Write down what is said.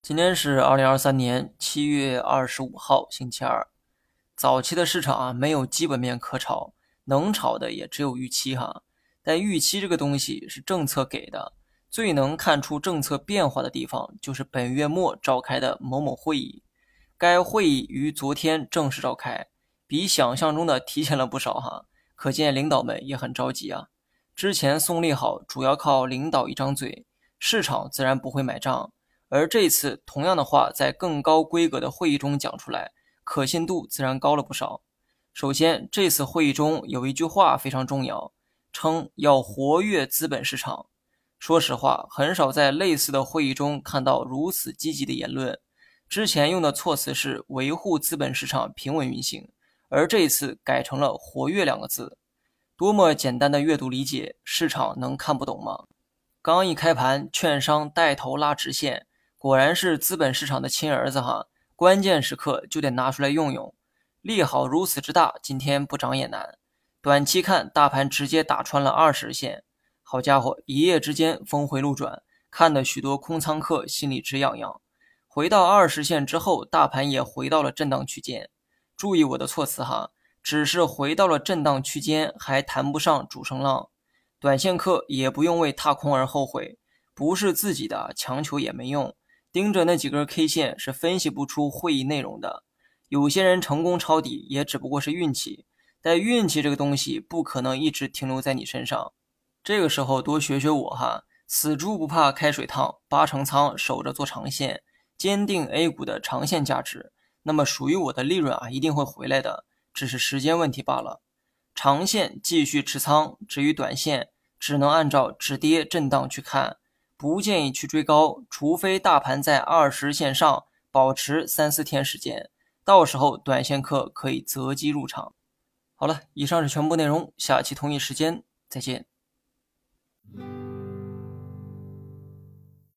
今天是2023年7月25号，星期二。早期的市场没有基本面可炒，能炒的也只有预期哈。但预期这个东西是政策给的，最能看出政策变化的地方就是本月末召开的某某会议。该会议于昨天正式召开，比想象中的提前了不少哈，可见领导们也很着急啊。之前送利好主要靠领导一张嘴，市场自然不会买账。而这次同样的话在更高规格的会议中讲出来，可信度自然高了不少。首先，这次会议中有一句话非常重要，称要活跃资本市场。说实话，很少在类似的会议中看到如此积极的言论。之前用的措辞是维护资本市场平稳运行，而这次改成了活跃两个字。多么简单的阅读理解，市场能看不懂吗？刚一开盘，券商带头拉直线，果然是资本市场的亲儿子哈，关键时刻就得拿出来用用。利好如此之大，今天不涨也难。短期看，大盘直接打穿了20日线，好家伙，一夜之间峰回路转，看得许多空仓客心里直痒痒。回到20线之后，大盘也回到了震荡区间。注意我的措辞哈，只是回到了震荡区间，还谈不上主升浪。短线客也不用为踏空而后悔，不是自己的强求也没用。盯着那几根 K 线是分析不出会议内容的。有些人成功抄底也只不过是运气，但运气这个东西不可能一直停留在你身上。这个时候多学学我哈，死猪不怕开水烫，8成仓守着做长线，坚定 A 股的长线价值，那么属于我的利润一定会回来的，只是时间问题罢了。长线继续持仓，至于短线只能按照止跌震荡去看，不建议去追高，除非大盘在20日线上保持3-4天时间，到时候短线客可以择机入场。好了，以上是全部内容，下期同一时间再见。